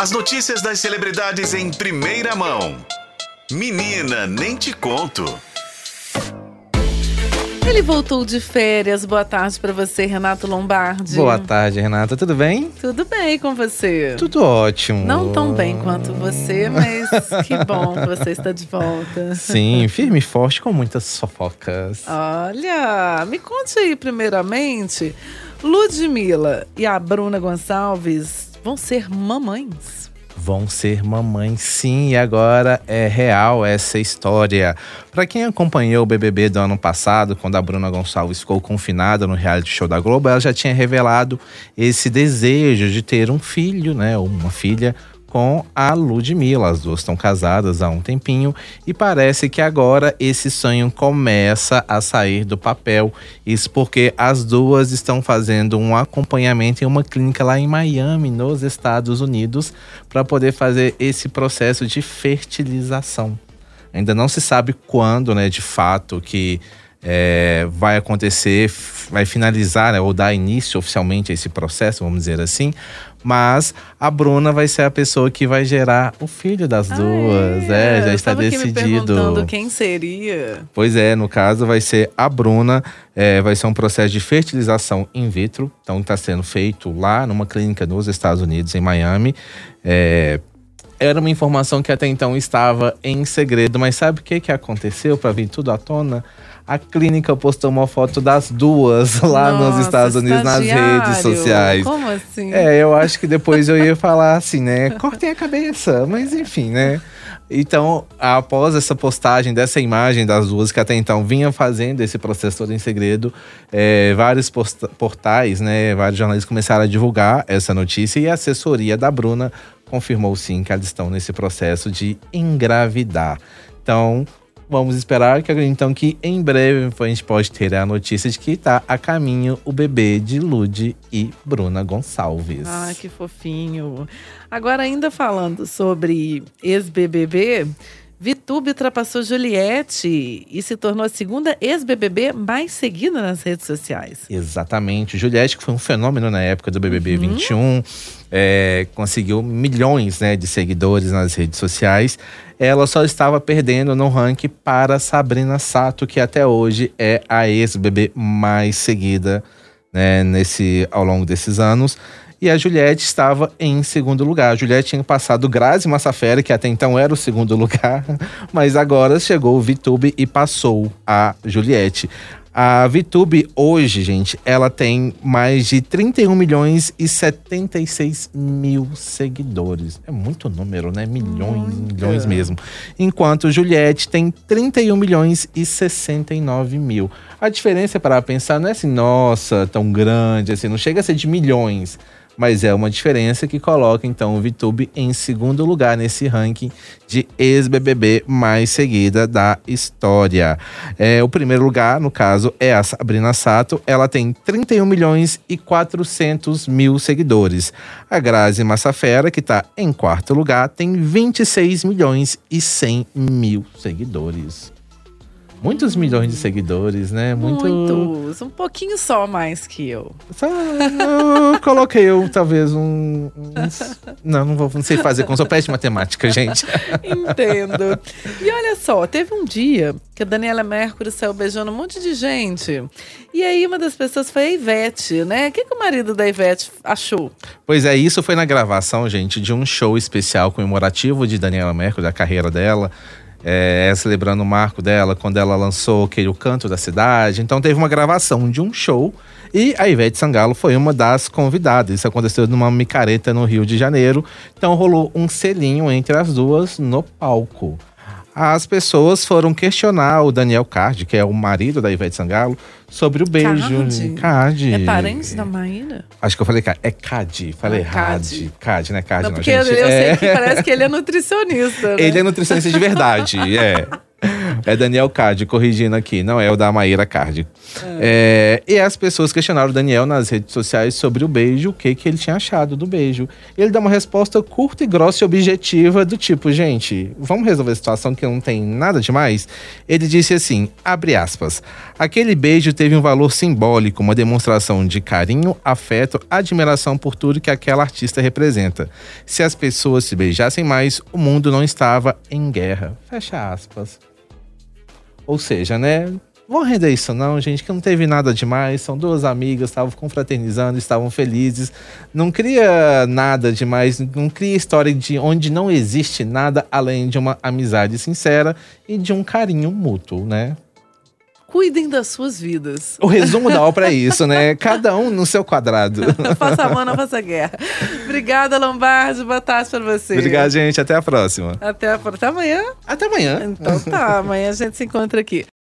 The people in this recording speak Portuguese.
As notícias das celebridades em primeira mão. Menina, nem te conto. Ele voltou de férias. Boa tarde pra você, Renato Lombardi. Boa tarde, Renata. Tudo bem? Tudo bem com você? Tudo ótimo. Não tão bem quanto você, mas que bom que você está de volta. Sim, firme e forte com muitas fofocas. Olha, me conte aí primeiramente, Ludmilla e a Bruna Gonçalves vão ser mamães? Vão ser mamães, sim, e agora é real essa história. Para quem acompanhou o BBB do ano passado, quando a Bruna Gonçalves ficou confinada no reality show da Globo, ela já tinha revelado esse desejo de ter um filho, né, uma filha, com a Ludmilla. As duas estão casadas há um tempinho e parece que agora esse sonho começa a sair do papel. Isso porque as duas estão fazendo um acompanhamento em uma clínica lá em Miami, nos Estados Unidos, para poder fazer esse processo de fertilização. Ainda não se sabe quando, né, de fato, que vai acontecer, vai finalizar, né, ou dar início oficialmente a esse processo, vamos dizer assim. Mas a Bruna vai ser a pessoa que vai gerar o filho das duas. Já está decidido. Eu estava aqui me perguntando quem seria. Pois é, no caso vai ser a Bruna. Vai ser um processo de fertilização in vitro. Então está sendo feito lá numa clínica nos Estados Unidos, em Miami. Era uma informação que até então estava em segredo. Mas sabe o que aconteceu para vir tudo à tona? A clínica postou uma foto das duas lá nos Estados Unidos, nas redes sociais. Como assim? Eu acho que depois eu ia falar assim, né? Cortem a cabeça, mas enfim, né? Então, após essa postagem dessa imagem das duas, que até então vinha fazendo esse processo todo em segredo, vários portais, né? Vários jornalistas começaram a divulgar essa notícia e a assessoria da Bruna confirmou sim que elas estão nesse processo de engravidar. Então, vamos esperar que em breve a gente pode ter a notícia de que está a caminho o bebê de Lud e Bruna Gonçalves. Ah, que fofinho. Agora, ainda falando sobre ex-BBB, ViTube ultrapassou Juliette e se tornou a segunda ex-BBB mais seguida nas redes sociais. Exatamente. Juliette, que foi um fenômeno na época do BBB 21, conseguiu milhões, né, de seguidores nas redes sociais. Ela só estava perdendo no ranking para Sabrina Sato, que até hoje é a ex-BBB mais seguida, né, ao longo desses anos. E a Juliette estava em segundo lugar. A Juliette tinha passado Grazi Massafera, que até então era o segundo lugar. Mas agora chegou o ViTube e passou a Juliette. A ViTube hoje, gente, ela tem mais de 31 milhões e 76 mil seguidores. É muito número, né? Milhões mesmo. Enquanto Juliette tem 31 milhões e 69 mil. A diferença, para pensar, não é assim, nossa, tão grande, assim, não chega a ser de milhões. Mas é uma diferença que coloca, então, o ViTube em segundo lugar nesse ranking de ex-BBB mais seguida da história. O primeiro lugar, no caso, é a Sabrina Sato. Ela tem 31 milhões e 400 mil seguidores. A Grazi Massafera, que está em quarto lugar, tem 26 milhões e 100 mil seguidores. Muitos milhões de seguidores, né? Muitos. Um pouquinho só mais que eu. Eu coloquei talvez não sei fazer, como sou péssimo de matemática, gente. Entendo. E olha só, teve um dia que a Daniela Mercury saiu beijando um monte de gente. E aí uma das pessoas foi a Ivete, né? O que o marido da Ivete achou? Pois é, isso foi na gravação, gente, de um show especial comemorativo de Daniela Mercury, da carreira dela. Celebrando o marco dela, quando ela lançou O Canto da Cidade. Então teve uma gravação de um show e a Ivete Sangalo foi uma das convidadas. Isso aconteceu numa micareta no Rio de Janeiro. Então rolou um selinho entre as duas no palco. As pessoas foram questionar o Daniel Cardi, que é o marido da Ivete Sangalo, sobre o beijo. Cardi. É parente da Maíra? Acho que eu falei é Cardi. Falei errado. Cardi, né? Cardi, não, porque gente. Eu sei que parece que ele é nutricionista, né? Ele é nutricionista de verdade, É Daniel Cardi, corrigindo aqui, não é o da Maíra Cardi. E as pessoas questionaram o Daniel nas redes sociais sobre o beijo, o que ele tinha achado do beijo. Ele dá uma resposta curta e grossa e objetiva do tipo, gente, vamos resolver a situação que não tem nada demais? Ele disse assim, abre aspas, aquele beijo teve um valor simbólico, uma demonstração de carinho, afeto, admiração por tudo que aquela artista representa. Se as pessoas se beijassem mais, o mundo não estava em guerra. Fecha aspas. Ou seja, né? Vão render isso não, gente, que não teve nada demais. São duas amigas, estavam confraternizando, estavam felizes. Não cria nada demais, não cria história de onde não existe nada além de uma amizade sincera e de um carinho mútuo, né? Cuidem das suas vidas. O resumo da obra é isso, né? Cada um no seu quadrado. Faça amor, não faça guerra. Obrigada, Lombardi. Boa tarde pra você. Obrigado, gente. Até a próxima. Até amanhã. Até amanhã. Então tá, amanhã a gente se encontra aqui.